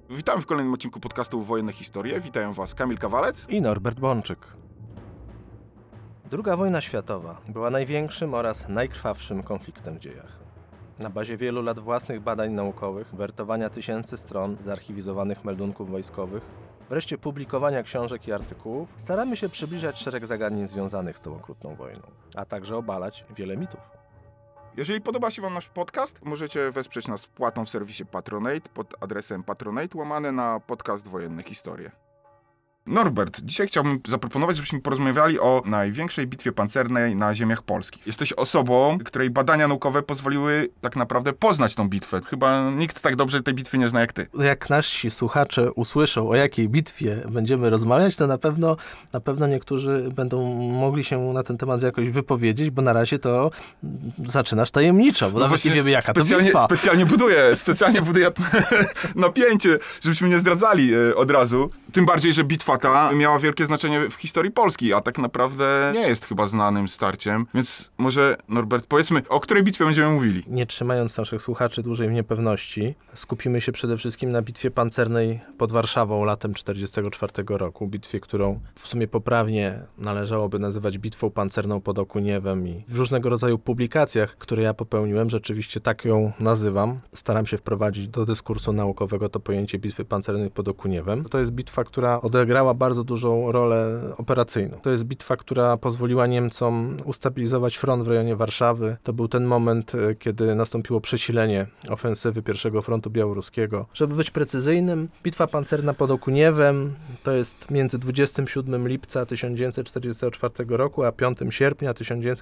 Witamy w kolejnym odcinku podcastu Wojenne Historie. Witają Was Kamil Kawalec i Norbert Bączyk. II wojna światowa była największym oraz najkrwawszym konfliktem w dziejach. Na bazie wielu lat własnych badań naukowych, wertowania tysięcy stron zarchiwizowanych meldunków wojskowych, wreszcie publikowania książek i artykułów, staramy się przybliżać szereg zagadnień związanych z tą okrutną wojną, a także obalać wiele mitów. Jeżeli podoba się Wam nasz podcast, możecie wesprzeć nas wpłatą w serwisie Patronate pod adresem patronate / podcast Wojenne Historie. Norbert, dzisiaj chciałbym zaproponować, żebyśmy porozmawiali o największej bitwie pancernej na ziemiach polskich. Jesteś osobą, której badania naukowe pozwoliły tak naprawdę poznać tą bitwę. Chyba nikt tak dobrze tej bitwy nie zna jak ty. Jak nasi słuchacze usłyszą, o jakiej bitwie będziemy rozmawiać, to na pewno niektórzy będą mogli się na ten temat jakoś wypowiedzieć, bo na razie to zaczynasz tajemniczo, bo nawet nie wiemy, jaka to bitwa. Specjalnie buduję napięcie, żebyśmy nie zdradzali od razu. Tym bardziej, że bitwa ta miała wielkie znaczenie w historii Polski, a tak naprawdę nie jest chyba znanym starciem. Więc może, Norbert, powiedzmy, o której bitwie będziemy mówili? Nie trzymając naszych słuchaczy dłużej w niepewności, skupimy się przede wszystkim na bitwie pancernej pod Warszawą latem 1944 roku. Bitwie, którą w sumie poprawnie należałoby nazywać bitwą pancerną pod Okuniewem, i w różnego rodzaju publikacjach, które ja popełniłem, rzeczywiście tak ją nazywam. Staram się wprowadzić do dyskursu naukowego to pojęcie bitwy pancernej pod Okuniewem. To jest bitwa, która odegrała bardzo dużą rolę operacyjną. To jest bitwa, która pozwoliła Niemcom ustabilizować front w rejonie Warszawy. To był ten moment, kiedy nastąpiło przesilenie ofensywy I Frontu Białoruskiego. Żeby być precyzyjnym, bitwa pancerna pod Okuniewem to jest między 27 lipca 1944 roku a 5 sierpnia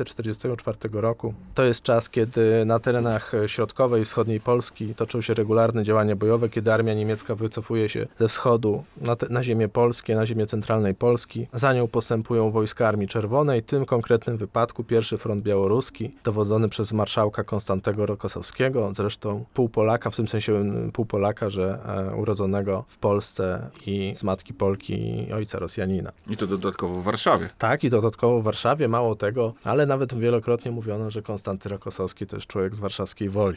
1944 roku. To jest czas, kiedy na terenach środkowej i wschodniej Polski toczą się regularne działania bojowe, kiedy armia niemiecka wycofuje się ze wschodu na ziemię polskie, na ziemię centralnej Polski. Za nią postępują wojska Armii Czerwonej. W tym konkretnym wypadku I Front Białoruski, dowodzony przez marszałka Konstantego Rokossowskiego, zresztą pół Polaka, w tym sensie pół Polaka, że urodzonego w Polsce i z matki Polki i ojca Rosjanina. I to dodatkowo w Warszawie. Tak, i dodatkowo w Warszawie, mało tego, ale nawet wielokrotnie mówiono, że Konstanty Rokossowski to jest człowiek z warszawskiej Woli.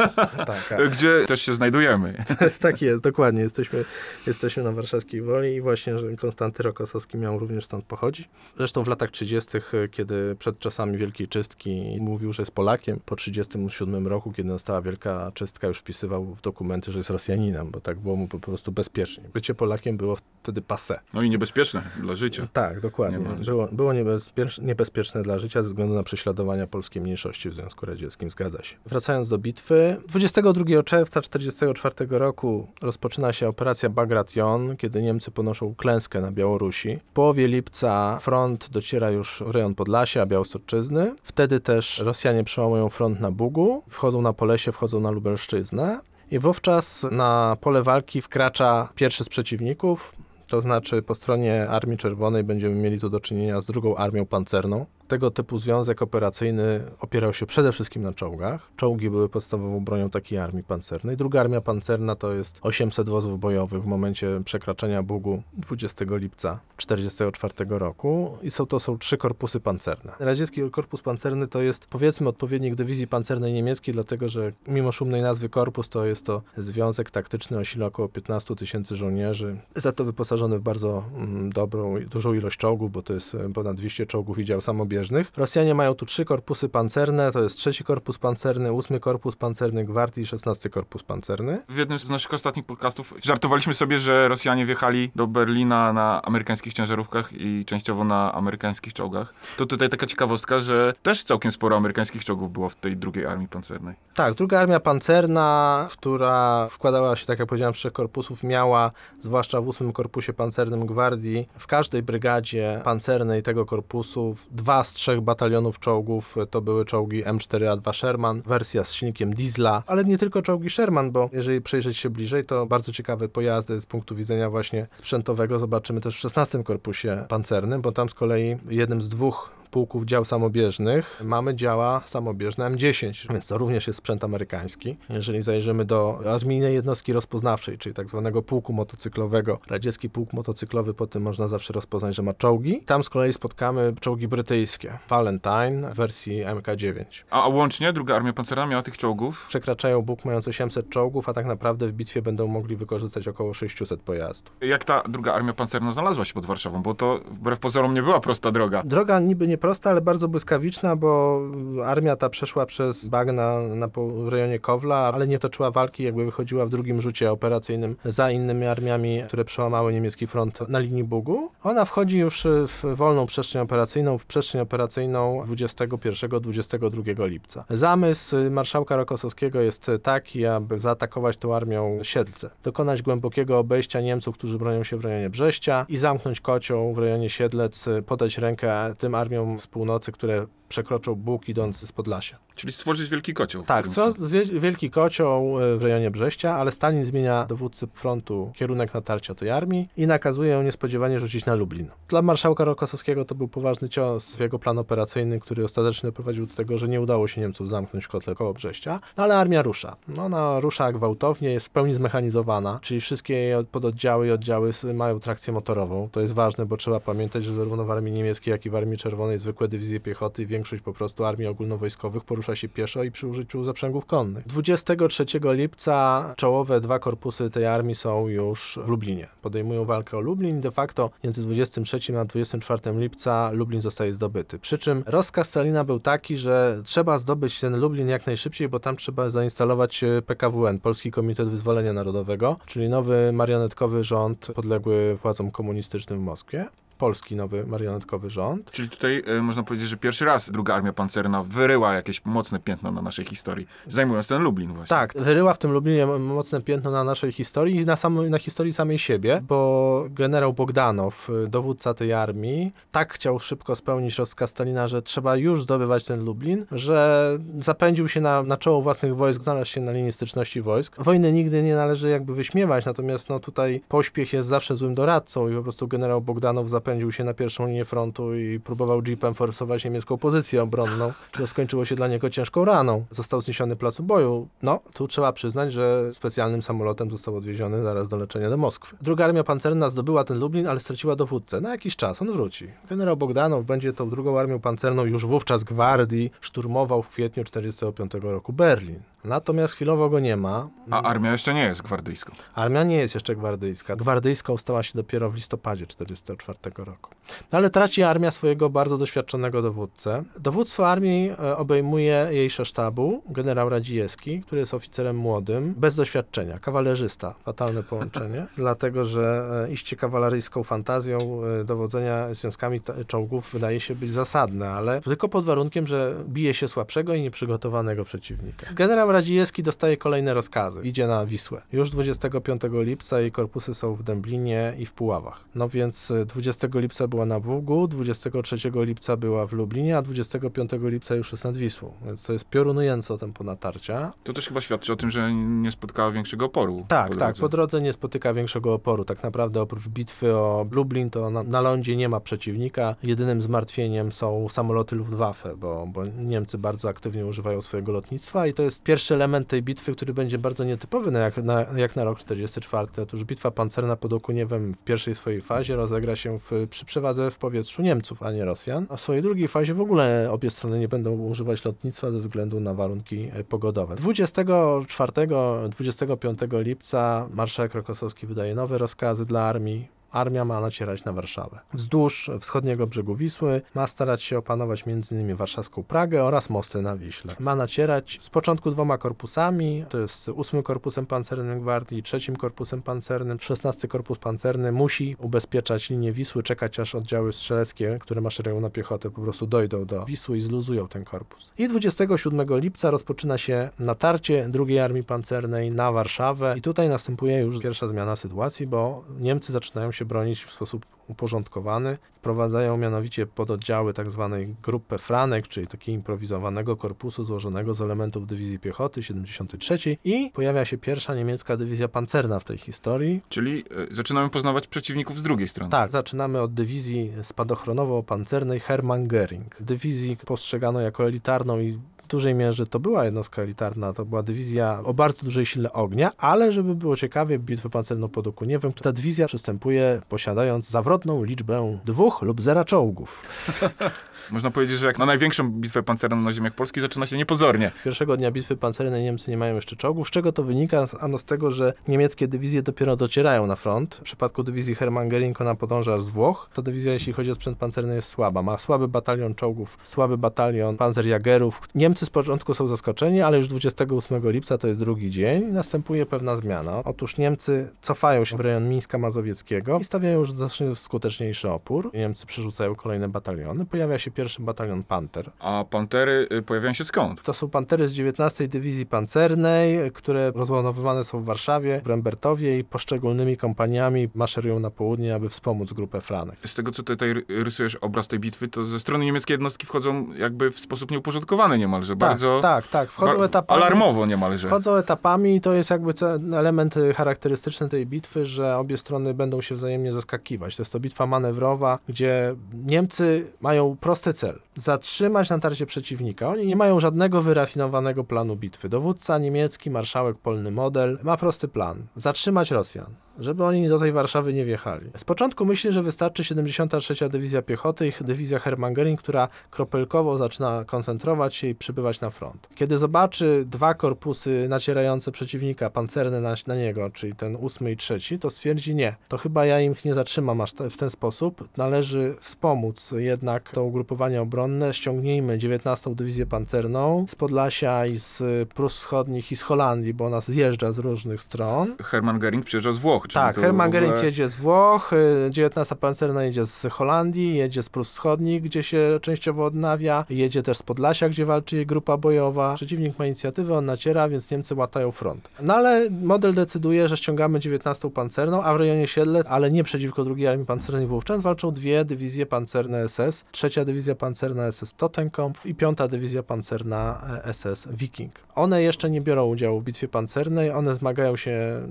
Tak, gdzie też się znajdujemy. Tak jest, dokładnie. Jesteśmy na warszawskiej Woli i właśnie, że Konstanty Rokossowski miał również stąd pochodzić. Zresztą w latach 30., kiedy przed czasami Wielkiej Czystki mówił, że jest Polakiem, po 1937 roku, kiedy nastała Wielka Czystka, już wpisywał w dokumenty, że jest Rosjaninem, bo tak było mu po prostu bezpiecznie. Bycie Polakiem było wtedy passé. No i niebezpieczne dla życia. Tak, dokładnie. Było niebezpieczne dla życia ze względu na prześladowania polskiej mniejszości w Związku Radzieckim, zgadza się. Wracając do bitwy, 22 czerwca 1944 roku rozpoczyna się operacja Bagration, kiedy Niemcy ponoszą klęskę na Białorusi. W połowie lipca front dociera już w rejon Podlasia, Białostoczyzny. Wtedy też Rosjanie przełamują front na Bugu, wchodzą na Polesie, wchodzą na Lubelszczyznę i wówczas na pole walki wkracza pierwszy z przeciwników, to znaczy po stronie Armii Czerwonej będziemy mieli tu do czynienia z drugą armią pancerną. Tego typu związek operacyjny opierał się przede wszystkim na czołgach. Czołgi były podstawową bronią takiej armii pancernej. Druga armia pancerna to jest 800 wozów bojowych w momencie przekraczania Bugu 20 lipca 1944 roku i to są 3 korpusy pancerne. Radziecki korpus pancerny to jest, powiedzmy, odpowiednik dywizji pancernej niemieckiej, dlatego że mimo szumnej nazwy korpus to jest to związek taktyczny o sile około 15 000 żołnierzy. Za to wyposażony w bardzo dobrą i dużą ilość czołgów, bo to jest ponad 200 czołgów i dział samobieżnych. Rosjanie mają tu 3 korpusy pancerne, to jest 3 korpus pancerny, 8 korpus pancerny gwardii i 16 korpus pancerny. W jednym z naszych ostatnich podcastów żartowaliśmy sobie, że Rosjanie wjechali do Berlina na amerykańskich ciężarówkach i częściowo na amerykańskich czołgach. To tutaj taka ciekawostka, że też całkiem sporo amerykańskich czołgów było w tej drugiej armii pancernej. Tak, druga armia pancerna, która składała się, tak jak powiedziałem, z 3 korpusów, miała, zwłaszcza w 8 korpusie pancernym gwardii, w każdej brygadzie pancernej tego korpusu 2 z 3 batalionów czołgów to były czołgi M4A2 Sherman, wersja z silnikiem diesla, ale nie tylko czołgi Sherman, bo jeżeli przejrzeć się bliżej, to bardzo ciekawe pojazdy z punktu widzenia właśnie sprzętowego zobaczymy też w 16 korpusie pancernym, bo tam z kolei jednym z 2 pułków dział samobieżnych mamy działa samobieżne M10, więc to również jest sprzęt amerykański. Jeżeli zajrzymy do armijnej jednostki rozpoznawczej, czyli tak zwanego pułku motocyklowego, radziecki pułk motocyklowy, po tym można zawsze rozpoznać, że ma czołgi. Tam z kolei spotkamy czołgi brytyjskie. Valentine w wersji MK9. A łącznie druga armia pancerna miała tych czołgów? Przekraczają Bóg mając 800 czołgów, a tak naprawdę w bitwie będą mogli wykorzystać około 600 pojazdów. Jak ta druga armia pancerna znalazła się pod Warszawą? Bo to wbrew pozorom nie była prosta droga. Droga niby nieprosta, ale bardzo błyskawiczna, bo armia ta przeszła przez bagna w rejonie Kowla, ale nie toczyła walki, jakby wychodziła w drugim rzucie operacyjnym za innymi armiami, które przełamały niemiecki front na linii Bugu. Ona wchodzi już w wolną przestrzeń operacyjną, w przestrzeń operacyjną 21-22 lipca. Zamysł marszałka Rokossowskiego jest taki, aby zaatakować tą armią Siedlce, dokonać głębokiego obejścia Niemców, którzy bronią się w rejonie Brześcia i zamknąć kocioł w rejonie Siedlec, podać rękę tym armiom z północy, które przekroczą Bóg idąc z Podlasia. Czyli stworzyć wielki kocioł. Tak, wielki kocioł w rejonie Brześcia, ale Stalin zmienia dowódcy frontu kierunek natarcia tej armii i nakazuje ją niespodziewanie rzucić na Lublin. Dla marszałka Rokossowskiego to był poważny cios w jego plan operacyjny, który ostatecznie doprowadził do tego, że nie udało się Niemców zamknąć w kotle koło Brześcia, ale armia rusza. Ona rusza gwałtownie, jest w pełni zmechanizowana, czyli wszystkie jej pododdziały i oddziały mają trakcję motorową. To jest ważne, bo trzeba pamiętać, że zarówno w armii niemieckiej, jak i w armii czerwonej zwykłe dywizje piechoty i większość po prostu armii ogólnowojskowych porusza się pieszo i przy użyciu zaprzęgów konnych. 23 lipca czołowe dwa korpusy tej armii są już w Lublinie. Podejmują walkę o Lublin. De facto między 23 a 24 lipca Lublin zostaje zdobyty. Przy czym rozkaz Stalina był taki, że trzeba zdobyć ten Lublin jak najszybciej, bo tam trzeba zainstalować PKWN, Polski Komitet Wyzwolenia Narodowego, czyli nowy marionetkowy rząd podległy władzom komunistycznym w Moskwie. Polski nowy marionetkowy rząd. Czyli tutaj można powiedzieć, że pierwszy raz druga armia pancerna wyryła jakieś mocne piętno na naszej historii, zajmując ten Lublin właśnie. Tak, wyryła w tym Lublinie mocne piętno na naszej historii i na historii samej siebie, bo generał Bogdanow, dowódca tej armii, tak chciał szybko spełnić rozkaz Stalina, że trzeba już zdobywać ten Lublin, że zapędził się na czoło własnych wojsk, znalazł się na linii styczności wojsk. Wojny nigdy nie należy jakby wyśmiewać, natomiast tutaj pośpiech jest zawsze złym doradcą i po prostu generał Bogdanow zapędził się na pierwszą linię frontu i próbował jeepem forsować niemiecką pozycję obronną, co skończyło się dla niego ciężką raną. Został zniesiony placu boju. Tu trzeba przyznać, że specjalnym samolotem został odwieziony zaraz do leczenia do Moskwy. Druga armia pancerna zdobyła ten Lublin, ale straciła dowódcę. Na jakiś czas on wróci. Generał Bogdanow będzie tą drugą armią pancerną już wówczas gwardii szturmował w kwietniu 1945 roku Berlin. Natomiast chwilowo go nie ma. A armia jeszcze nie jest gwardyjską. Armia nie jest jeszcze gwardyjska. Gwardyjską stała się dopiero w listopadzie 1944 roku. Ale traci armia swojego bardzo doświadczonego dowódcę. Dowództwo armii obejmuje jej szef sztabu, generał Radziejewski, który jest oficerem młodym, bez doświadczenia, kawalerzysta. Fatalne połączenie, dlatego że iście kawaleryjską fantazją dowodzenia związkami czołgów wydaje się być zasadne, ale tylko pod warunkiem, że bije się słabszego i nieprzygotowanego przeciwnika. Generał Radziejewski dostaje kolejne rozkazy. Idzie na Wisłę. Już 25 lipca jej korpusy są w Dęblinie i w Puławach. Więc 20 lipca była na Bugu, 23 lipca była w Lublinie, a 25 lipca już jest nad Wisłą. Więc to jest piorunujące tempo natarcia. To też chyba świadczy o tym, że nie spotkała większego oporu. Tak, po drodze nie spotyka większego oporu. Tak naprawdę oprócz bitwy o Lublin, to na lądzie nie ma przeciwnika. Jedynym zmartwieniem są samoloty Luftwaffe, bo Niemcy bardzo aktywnie używają swojego lotnictwa i to jest pierwszy element tej bitwy, który będzie bardzo nietypowy jak na rok 44. Otóż bitwa pancerna pod Okuniewem w pierwszej swojej fazie rozegra się przy przewadze w powietrzu Niemców, a nie Rosjan. A w swojej drugiej fazie w ogóle obie strony nie będą używać lotnictwa ze względu na warunki pogodowe. 24-25 lipca marszałek Rokossowski wydaje nowe rozkazy dla armii. Armia ma nacierać na Warszawę. Wzdłuż wschodniego brzegu Wisły ma starać się opanować m.in. warszawską Pragę oraz mosty na Wiśle. Ma nacierać z początku 2 korpusami, to jest 8 Korpusem Pancernym Gwardii, 3 Korpusem Pancernym, 16 Korpus Pancerny musi ubezpieczać linię Wisły, czekać aż oddziały strzeleckie, które maszerują na piechotę, po prostu dojdą do Wisły i zluzują ten korpus. I 27 lipca rozpoczyna się natarcie II Armii Pancernej na Warszawę i tutaj następuje już pierwsza zmiana sytuacji, bo Niemcy zaczynają się się bronić w sposób uporządkowany. Wprowadzają mianowicie pododdziały tzw. grupy Franek, czyli takiego improwizowanego korpusu złożonego z elementów dywizji piechoty 73 i pojawia się pierwsza niemiecka dywizja pancerna w tej historii. Czyli zaczynamy poznawać przeciwników z drugiej strony. Tak, zaczynamy od dywizji spadochronowo-pancernej Hermann Göring. Dywizji postrzegano jako elitarną i w dużej mierze to była jednostka elitarna, to była dywizja o bardzo dużej sile ognia, ale żeby było ciekawie, bitwę pancerną pod Okuniewem, ta dywizja przystępuje posiadając zawrotną liczbę 2 lub 0 czołgów. Można powiedzieć, że jak na największą bitwę pancerną na ziemiach Polski zaczyna się niepozornie. Pierwszego dnia bitwy pancernej Niemcy nie mają jeszcze czołgów. Z czego to wynika? Ano z tego, że niemieckie dywizje dopiero docierają na front. W przypadku dywizji Hermann Göring ona podąża aż z Włoch. Ta dywizja, jeśli chodzi o sprzęt pancerny, jest słaba. Ma słaby batalion czołgów, słaby batalion panzerjagerów. Niemcy z początku są zaskoczeni, ale już 28 lipca, to jest drugi dzień, następuje pewna zmiana. Otóż Niemcy cofają się w rejon Mińska Mazowieckiego i stawiają już znacznie skuteczniejszy opór. Niemcy przerzucają kolejne bataliony. Pojawia się pierwszy batalion Panter. A pantery pojawiają się skąd? To są pantery z 19 Dywizji Pancernej, które rozładowywane są w Warszawie, w Rembertowie i poszczególnymi kompaniami maszerują na południe, aby wspomóc grupę Franek. Z tego, co tutaj rysujesz obraz tej bitwy, to ze strony niemieckiej jednostki wchodzą jakby w sposób nieuporządkowany niemalże. Bardzo Tak. Wchodzą etapami. Alarmowo niemalże. Wchodzą etapami i to jest jakby element charakterystyczny tej bitwy, że obie strony będą się wzajemnie zaskakiwać. To jest to bitwa manewrowa, gdzie Niemcy mają prosty cel. Zatrzymać natarcie przeciwnika. Oni nie mają żadnego wyrafinowanego planu bitwy. Dowódca niemiecki, marszałek Polny Model ma prosty plan. Zatrzymać Rosjan, żeby oni do tej Warszawy nie wjechali. Z początku myśli, że wystarczy 73. Dywizja Piechoty i dywizja Hermann Göring, która kropelkowo zaczyna koncentrować się i przybywać na front. Kiedy zobaczy 2 korpusy nacierające przeciwnika, pancerne na niego, czyli ten 8 i 3, to stwierdzi nie. To chyba ja im nie zatrzymam aż w ten sposób. Należy wspomóc jednak to ugrupowanie obronne. Ściągnijmy 19. Dywizję Pancerną z Podlasia i z Prus Wschodnich i z Holandii, bo ona zjeżdża z różnych stron. Hermann Göring przyjeżdżał z Włoch. Tak, Hermann Göring jedzie z Włoch, 19. Pancerna jedzie z Holandii, jedzie z Prus Wschodnich, gdzie się częściowo odnawia, jedzie też z Podlasia, gdzie walczy jej grupa bojowa. Przeciwnik ma inicjatywę, on naciera, więc Niemcy łatają front. No ale Model decyduje, że ściągamy 19. Pancerną, a w rejonie Siedlec, ale nie przeciwko II Armii Pancernej wówczas, walczą 2 dywizje pancerne SS, 3. Dywizja Pancerna SS Totenkopf i 5. Dywizja Pancerna SS Wiking. One jeszcze nie biorą udziału w bitwie pancernej, one zmagają się...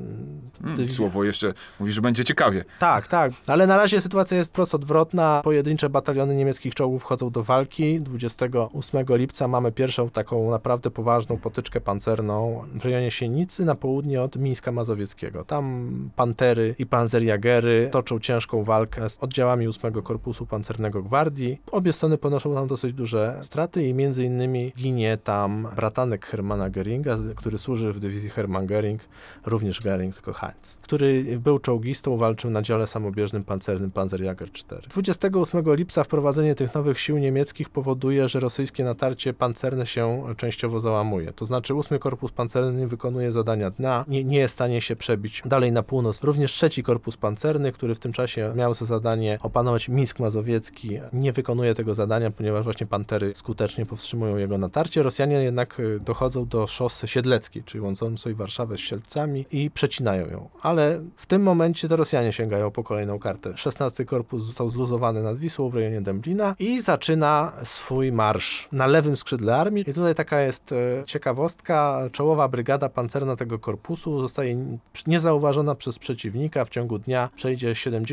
Słowo jeszcze mówi, że będzie ciekawie. Tak, ale na razie sytuacja jest wprost odwrotna. Pojedyncze bataliony niemieckich czołgów wchodzą do walki. 28 lipca mamy pierwszą taką naprawdę poważną potyczkę pancerną w rejonie Sienicy na południe od Mińska Mazowieckiego. Tam pantery i panzerjagery toczą ciężką walkę z oddziałami 8 Korpusu Pancernego Gwardii. Obie strony ponoszą tam dosyć duże straty i między innymi ginie tam bratanek Hermanna Göringa, który służy w dywizji Hermann Göring, również Göring, tylko Heinz, który był czołgistą, walczył na dziale samobieżnym pancernym Panzerjäger 4. 28 lipca wprowadzenie tych nowych sił niemieckich powoduje, że rosyjskie natarcie pancerne się częściowo załamuje. To znaczy 8 Korpus Pancerny wykonuje zadania dna, nie jest w stanie się przebić dalej na północ. Również 3 Korpus Pancerny, który w tym czasie miał za zadanie opanować Mińsk Mazowiecki, nie wykonuje tego zadania, ponieważ właśnie pantery skutecznie powstrzymują jego natarcie. Rosjanie jednak dochodzą do szosy siedleckiej, czyli łączącej Warszawę z Siedlcami i przecinają ją. Ale w tym momencie to Rosjanie sięgają po kolejną kartę. 16 Korpus został zluzowany nad Wisłą w rejonie Dęblina i zaczyna swój marsz na lewym skrzydle armii. I tutaj taka jest ciekawostka. Czołowa brygada pancerna tego korpusu zostaje niezauważona przez przeciwnika. W ciągu dnia przejdzie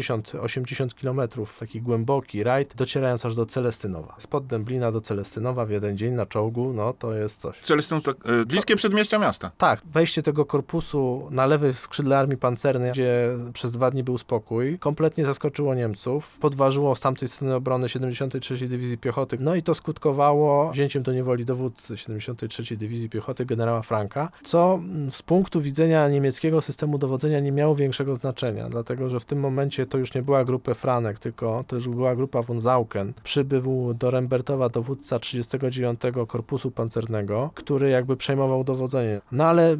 70-80 km, taki głęboki rajd, docierając aż do Celestynowa. Spod Dęblina do Celestynowa w jeden dzień na czołgu, no to jest coś. Celestyn to bliskie przedmieścia miasta. Tak, wejście tego korpusu na lewy skrzydle armii pancernej, gdzie przez 2 dni był spokój, kompletnie zaskoczyło Niemców, podważyło z tamtej strony obrony 73. Dywizji Piechoty, no i to skutkowało wzięciem do niewoli dowódcy 73. Dywizji Piechoty generała Franka, co z punktu widzenia niemieckiego systemu dowodzenia nie miało większego znaczenia, dlatego że w tym momencie to już nie była grupa Franek, tylko to już była grupa von Sauken. Przybył do Rembertowa dowódca 39. Korpusu Pancernego, który jakby przejmował dowodzenie. No ale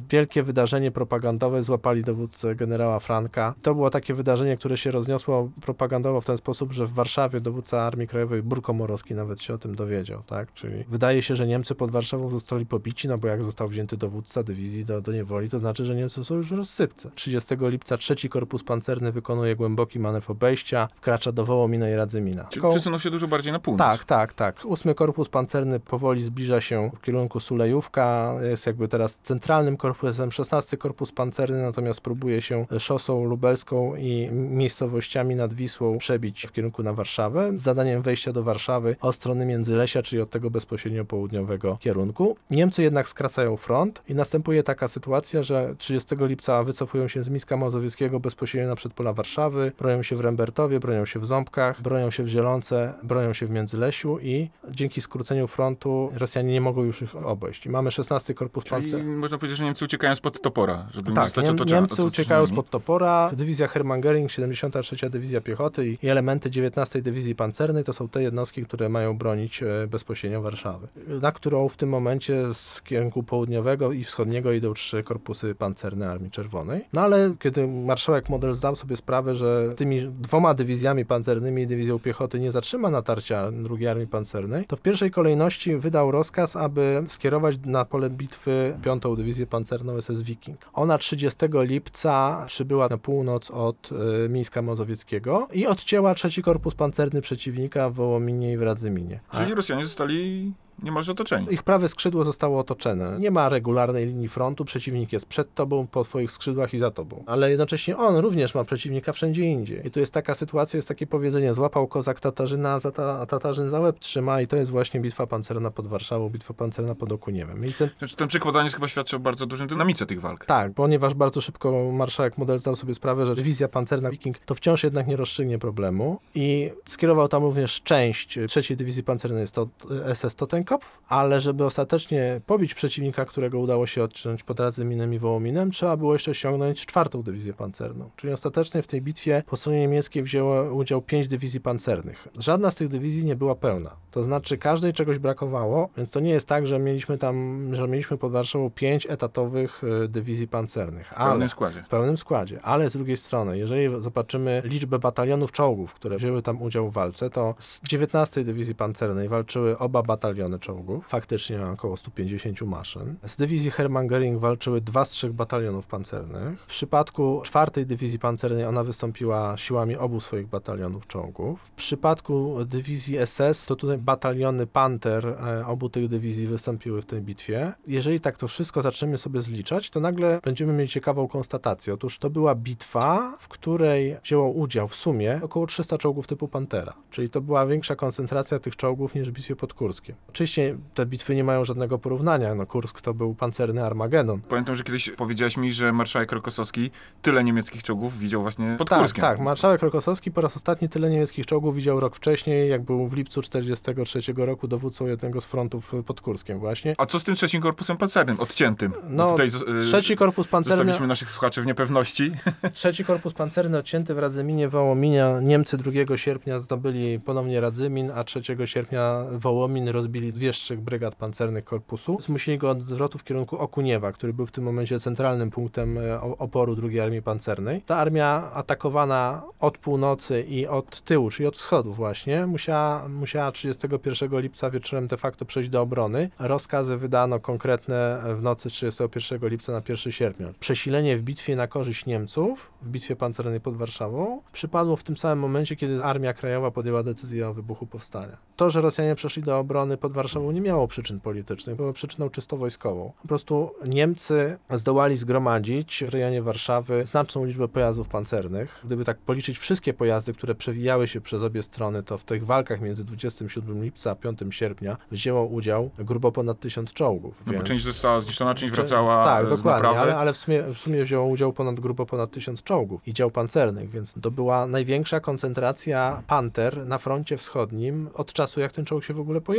wielkie wydarzenie propagandowe, złapali dowódcę generała Franka. To było takie wydarzenie, które się rozniosło propagandowo w ten sposób, że w Warszawie dowódca Armii Krajowej Burko-Morowski nawet się o tym dowiedział, tak? Czyli wydaje się, że Niemcy pod Warszawą zostali pobici, no bo jak został wzięty dowódca dywizji do niewoli, to znaczy, że Niemcy są już w rozsypce. 30 lipca 3 Korpus Pancerny wykonuje głęboki manewr obejścia, wkracza do Wołomina i Radzymina. Czyli przesunął się dużo bardziej na północ. Tak. 8 Korpus Pancerny powoli zbliża się w kierunku Sulejówka, jest jakby teraz centralnym korpusem. 16 Korpus Pancerny natomiast próbuje się szosą lubelską i miejscowościami nad Wisłą przebić w kierunku na Warszawę z zadaniem wejścia do Warszawy od strony Międzylesia, czyli od tego bezpośrednio południowego kierunku. Niemcy jednak skracają front i następuje taka sytuacja, że 30 lipca wycofują się z Mińska Mazowieckiego bezpośrednio na przedpola Warszawy, bronią się w Rembertowie, bronią się w Ząbkach, bronią się w Zielonce, bronią się w Międzylesiu i dzięki skróceniu frontu Rosjanie nie mogą już ich obejść. I mamy 16 Korpus Pancerny. Czyli można powiedzieć, że Niemcy uciekają spod Topora, żeby nie zostać Niemcy uciekają spod Topora. Dywizja Hermann Göring, 73. Dywizja Piechoty i elementy 19. Dywizji Pancernej to są te jednostki, które mają bronić bezpośrednio Warszawy, na którą w tym momencie z kierunku południowego i wschodniego idą 3 korpusy pancerne Armii Czerwonej. No ale kiedy marszałek Model zdał sobie sprawę, że tymi 2 dywizjami pancernymi i dywizją piechoty nie zatrzyma natarcia II Armii Pancernej, to w pierwszej kolejności wydał rozkaz, aby skierować na pole bitwy 5. Dywizję Pancerną SS Wiking. Ona 30 lipca przybyła na północ od Mińska Mazowieckiego i odcięła 3 Korpus Pancerny przeciwnika w Wołominie i w Radzyminie. Czyli Rosjanie zostali niemalże otoczeni. Ich prawe skrzydło zostało otoczone. Nie ma regularnej linii frontu, przeciwnik jest przed tobą, po twoich skrzydłach i za tobą. Ale jednocześnie on również ma przeciwnika wszędzie indziej. I tu jest taka sytuacja, jest takie powiedzenie, złapał kozak Tatarzyna, a Tatarzyn za łeb trzyma i to jest właśnie bitwa pancerna pod Warszawą, bitwa pancerna pod Okuniewem. Znaczy, ten przykładanie chyba świadczy o bardzo dużym dynamice tych walk. Tak, ponieważ bardzo szybko marszałek Model zdał sobie sprawę, że dywizja pancerna Wiking to wciąż jednak nie rozstrzygnie problemu i skierował tam również część 3. Dywizji Pancernej SS Totenkopf, ale żeby ostatecznie pobić przeciwnika, którego udało się odciąć pod Radzyminem i Wołominem, trzeba było jeszcze ściągnąć 4. Dywizję Pancerną. Czyli ostatecznie w tej bitwie po stronie niemieckiej wzięło udział 5 dywizji pancernych. Żadna z tych dywizji nie była pełna. To znaczy każdej czegoś brakowało, więc to nie jest tak, że mieliśmy pod Warszawą 5 etatowych dywizji pancernych. W pełnym składzie. W pełnym składzie. Ale z drugiej strony, jeżeli zobaczymy liczbę batalionów czołgów, które wzięły tam udział w walce, to z 19. Dywizji Pancernej walczyły oba bataliony czołgów, faktycznie około 150 maszyn. Z dywizji Hermann Göring walczyły 2 z 3 batalionów pancernych. W przypadku 4. Dywizji Pancernej ona wystąpiła siłami obu swoich batalionów czołgów. W przypadku dywizji SS to tutaj bataliony Panther obu tych dywizji wystąpiły w tej bitwie. Jeżeli tak to wszystko zaczniemy sobie zliczać, to nagle będziemy mieli ciekawą konstatację. Otóż to była bitwa, w której wzięło udział w sumie około 300 czołgów typu Pantera. Czyli to była większa koncentracja tych czołgów niż w bitwie pod Kurskiem. Oczywiście te bitwy nie mają żadnego porównania. No Kursk to był pancerny Armagedon. Pamiętam, że kiedyś powiedziałeś mi, że marszałek Rokosowski tyle niemieckich czołgów widział właśnie pod Kurskiem. Tak. Marszałek Rokosowski po raz ostatni tyle niemieckich czołgów widział rok wcześniej, jak był w lipcu 1943 roku dowódcą jednego z frontów pod Kurskiem właśnie. A co z tym 3. Korpusem Pancernym, odciętym? No, tutaj 3. Korpus Pancerny... Zostawiliśmy naszych słuchaczy w niepewności. 3. Korpus Pancerny odcięty w Radzyminie, Wołominie. Niemcy 2 sierpnia zdobyli ponownie Radzymin, a 3 sierpnia Wołomin rozbili 2 z 3 brygad pancernych korpusu. Zmusili go do odwrotu w kierunku Okuniewa, który był w tym momencie centralnym punktem oporu II Armii Pancernej. Ta armia atakowana od północy i od tyłu, czyli od wschodu właśnie, musiała 31 lipca wieczorem de facto przejść do obrony. Rozkazy wydano konkretne w nocy 31 lipca na 1 sierpnia. Przesilenie w bitwie na korzyść Niemców, w bitwie pancernej pod Warszawą, przypadło w tym samym momencie, kiedy Armia Krajowa podjęła decyzję o wybuchu powstania. To, że Rosjanie przeszli do obrony pod Warszawą, nie miało przyczyn politycznych, było przyczyną czysto wojskową. Po prostu Niemcy zdołali zgromadzić w rejonie Warszawy znaczną liczbę pojazdów pancernych. Gdyby tak policzyć wszystkie pojazdy, które przewijały się przez obie strony, to w tych walkach między 27 lipca a 5 sierpnia wzięło udział grubo ponad 1000 czołgów. No więc... bo część została zniszczona, część wracała tak, z dokładnie, naprawy. ale w sumie wzięło udział grubo ponad 1000 czołgów i dział pancernych, więc to była największa koncentracja Panter na froncie wschodnim od czasu, jak ten czołg się w ogóle pojawił.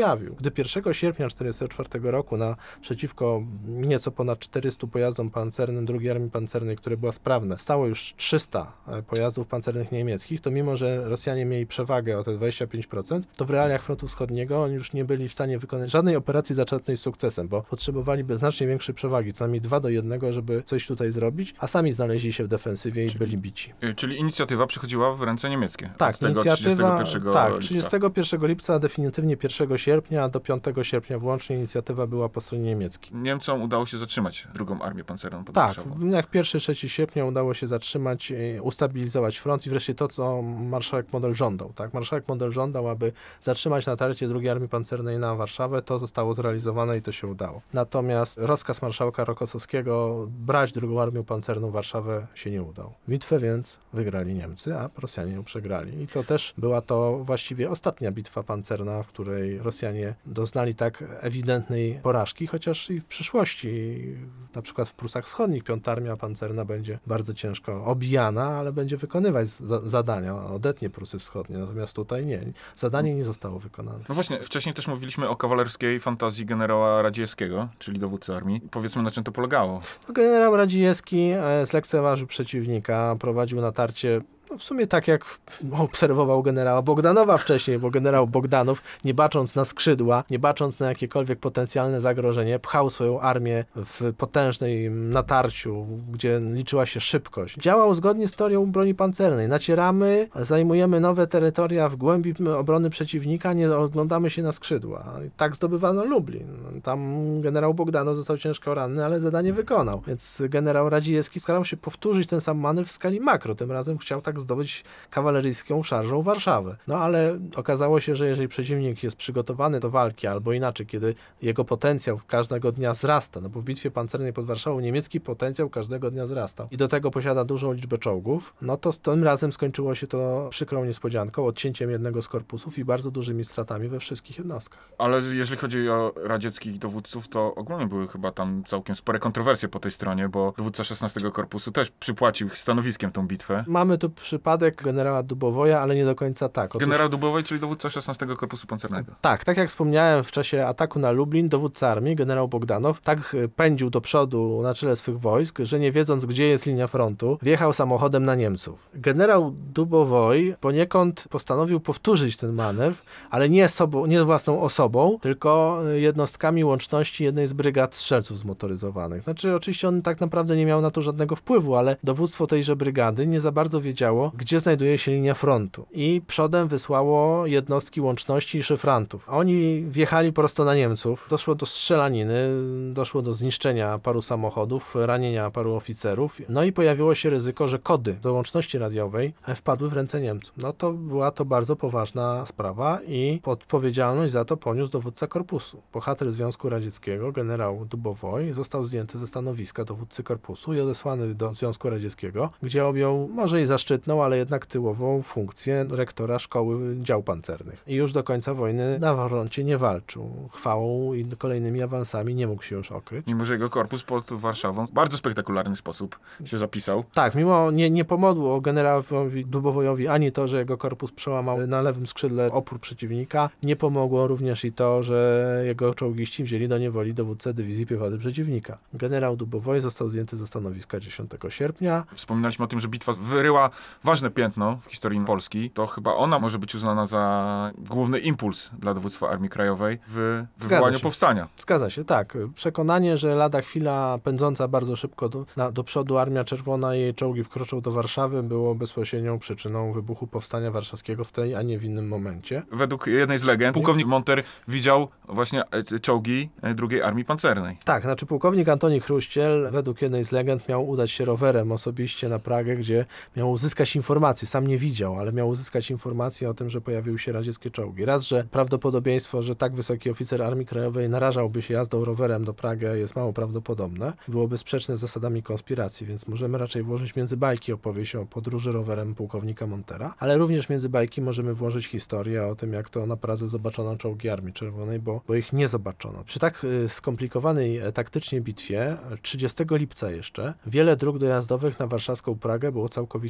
Gdy 1 sierpnia 1944 roku przeciwko nieco ponad 400 pojazdom pancernym II Armii Pancernej, które była sprawne, stało już 300 pojazdów pancernych niemieckich, to mimo, że Rosjanie mieli przewagę o te 25%, to w realiach frontu wschodniego oni już nie byli w stanie wykonać żadnej operacji zaczętej z sukcesem, bo potrzebowaliby znacznie większej przewagi, co najmniej 2-1, żeby coś tutaj zrobić, a sami znaleźli się w defensywie i byli bici. Czyli inicjatywa przychodziła w ręce niemieckie. Tak, od tego inicjatywa, 31 lipca. 31 lipca, a definitywnie 1 sierpnia do 5 sierpnia włącznie inicjatywa była po stronie niemieckiej. Niemcom udało się zatrzymać drugą armię pancerną pod Tak, Warszawą. jak 1-3 sierpnia udało się zatrzymać, ustabilizować front i wreszcie to, co marszałek Model żądał. Tak? Marszałek Model żądał, aby zatrzymać natarcie II Armii Pancernej na Warszawę. To zostało zrealizowane i to się udało. Natomiast rozkaz marszałka Rokossowskiego brać II Armię Pancerną Warszawę się nie udał. Bitwę więc wygrali Niemcy, a Rosjanie ją przegrali. I to też była to właściwie ostatnia bitwa pancerna, w której Rosjanie doznali tak ewidentnej porażki, chociaż i w przyszłości, na przykład w Prusach Wschodnich, 5. Armia Pancerna będzie bardzo ciężko obijana, ale będzie wykonywać zadania, odetnie Prusy Wschodnie, natomiast tutaj nie. Zadanie nie zostało wykonane. No właśnie, wcześniej też mówiliśmy o kawalerskiej fantazji generała Radziejewskiego, czyli dowódcy armii. Powiedzmy, na czym to polegało. Generał Radziejewski zlekceważył przeciwnika, prowadził natarcie w sumie tak jak obserwował generała Bogdanowa wcześniej, bo generał Bogdanow, nie bacząc na skrzydła, nie bacząc na jakiekolwiek potencjalne zagrożenie, pchał swoją armię w potężnym natarciu, gdzie liczyła się szybkość. Działał zgodnie z teorią broni pancernej. Nacieramy, zajmujemy nowe terytoria w głębi obrony przeciwnika, nie oglądamy się na skrzydła. I tak zdobywano Lublin. Tam generał Bogdanow został ciężko ranny, ale zadanie wykonał. Więc generał Radziejewski starał się powtórzyć ten sam manewr w skali makro. Tym razem chciał tak zdobyć kawaleryjską szarżą Warszawę. No ale okazało się, że jeżeli przeciwnik jest przygotowany do walki, albo inaczej, kiedy jego potencjał każdego dnia wzrasta, no bo w bitwie pancernej pod Warszawą niemiecki potencjał każdego dnia wzrastał i do tego posiada dużą liczbę czołgów, no to z tym razem skończyło się to przykrą niespodzianką, odcięciem jednego z korpusów i bardzo dużymi stratami we wszystkich jednostkach. Ale jeżeli chodzi o radzieckich dowódców, to ogólnie były chyba tam całkiem spore kontrowersje po tej stronie, bo dowódca 16 Korpusu też przypłacił stanowiskiem tą bitwę. Mamy tu przypadek generała Dubowoja, ale nie do końca tak. Generał Dubowoj, czyli dowódca 16 Korpusu Pancernego. Tak jak wspomniałem w czasie ataku na Lublin, dowódca armii, generał Bogdanow, tak pędził do przodu na czele swych wojsk, że nie wiedząc, gdzie jest linia frontu, wjechał samochodem na Niemców. Generał Dubowoj poniekąd postanowił powtórzyć ten manewr, ale nie własną osobą, tylko jednostkami łączności jednej z brygad strzelców zmotoryzowanych. Znaczy, oczywiście on tak naprawdę nie miał na to żadnego wpływu, ale dowództwo tejże brygady nie za bardzo wiedziało, gdzie znajduje się linia frontu. I przodem wysłało jednostki łączności i szyfrantów. Oni wjechali prosto na Niemców. Doszło do strzelaniny, doszło do zniszczenia paru samochodów, ranienia paru oficerów. No i pojawiło się ryzyko, że kody do łączności radiowej wpadły w ręce Niemców. No to była to bardzo poważna sprawa i odpowiedzialność za to poniósł dowódca korpusu. Bohater Związku Radzieckiego, generał Dubowoj, został zdjęty ze stanowiska dowódcy korpusu i odesłany do Związku Radzieckiego, gdzie objął może i zaszczytną, ale jednak tyłową funkcję rektora szkoły dział pancernych. I już do końca wojny na froncie nie walczył. Chwałą i kolejnymi awansami nie mógł się już okryć. Mimo że jego korpus pod Warszawą w bardzo spektakularny sposób się zapisał. Tak, mimo nie pomogło generałowi Dubowojowi ani to, że jego korpus przełamał na lewym skrzydle opór przeciwnika, nie pomogło również i to, że jego czołgiści wzięli do niewoli dowódcę dywizji piechoty przeciwnika. Generał Dubowoj został zdjęty ze stanowiska 10 sierpnia. Wspominaliśmy o tym, że bitwa wyryła ważne piętno w historii Polski. To chyba ona może być uznana za główny impuls dla dowództwa Armii Krajowej w wywołaniu powstania. Zgadza się, tak. Przekonanie, że lada chwila pędząca bardzo szybko do przodu Armia Czerwona i jej czołgi wkroczą do Warszawy było bezpośrednią przyczyną wybuchu powstania warszawskiego w tej, a nie w innym momencie. Według jednej z legend pułkownik Monter widział właśnie czołgi II Armii Pancernej. Tak, znaczy pułkownik Antoni Chruściel według jednej z legend miał udać się rowerem osobiście na Pragę, gdzie miał uzyskać informacje. Sam nie widział, ale miał uzyskać informacje o tym, że pojawiły się radzieckie czołgi. Raz, że prawdopodobieństwo, że tak wysoki oficer Armii Krajowej narażałby się jazdą rowerem do Pragi jest mało prawdopodobne. Byłoby sprzeczne z zasadami konspiracji, więc możemy raczej włożyć między bajki opowieść o podróży rowerem pułkownika Montera, ale również między bajki możemy włożyć historię o tym, jak to na Pradze zobaczono czołgi Armii Czerwonej, bo ich nie zobaczono. Przy tak skomplikowanej taktycznie bitwie 30 lipca jeszcze wiele dróg dojazdowych na warszawską Pragę było całkowicie wolnych.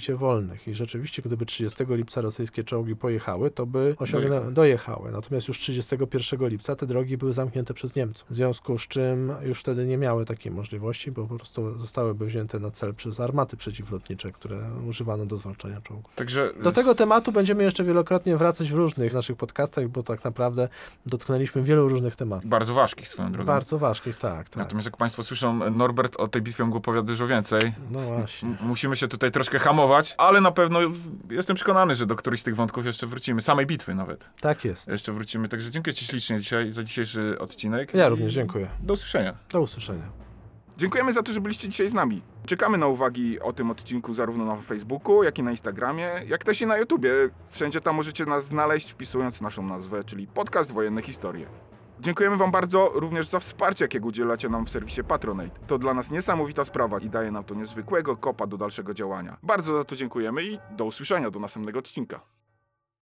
wojennych i rzeczywiście, gdyby 30 lipca rosyjskie czołgi pojechały, to by dojechały. Natomiast już 31 lipca te drogi były zamknięte przez Niemców. W związku z czym już wtedy nie miały takiej możliwości, bo po prostu zostałyby wzięte na cel przez armaty przeciwlotnicze, które używano do zwalczania czołgów. Także Do tego tematu będziemy jeszcze wielokrotnie wracać w różnych naszych podcastach, bo tak naprawdę dotknęliśmy wielu różnych tematów. bardzo ważkich swoją drogą. Bardzo ważkich, tak. Natomiast jak Państwo słyszą, Norbert o tej bitwie mógł opowiadać dużo więcej. No właśnie. Musimy się tutaj troszkę hamować, ale na pewno jestem przekonany, że do którychś z tych wątków jeszcze wrócimy. Samej bitwy nawet. Tak jest. Jeszcze wrócimy. Także dziękuję Ci ślicznie dzisiaj za dzisiejszy odcinek. Ja I również dziękuję. Do usłyszenia. Do usłyszenia. Dziękujemy za to, że byliście dzisiaj z nami. Czekamy na uwagi o tym odcinku zarówno na Facebooku, jak i na Instagramie, jak też i na YouTubie. Wszędzie tam możecie nas znaleźć, wpisując naszą nazwę, czyli Podcast Wojenne Historie. Dziękujemy Wam bardzo również za wsparcie, jakiego udzielacie nam w serwisie Patronate. To dla nas niesamowita sprawa i daje nam to niezwykłego kopa do dalszego działania. Bardzo za to dziękujemy i do usłyszenia do następnego odcinka.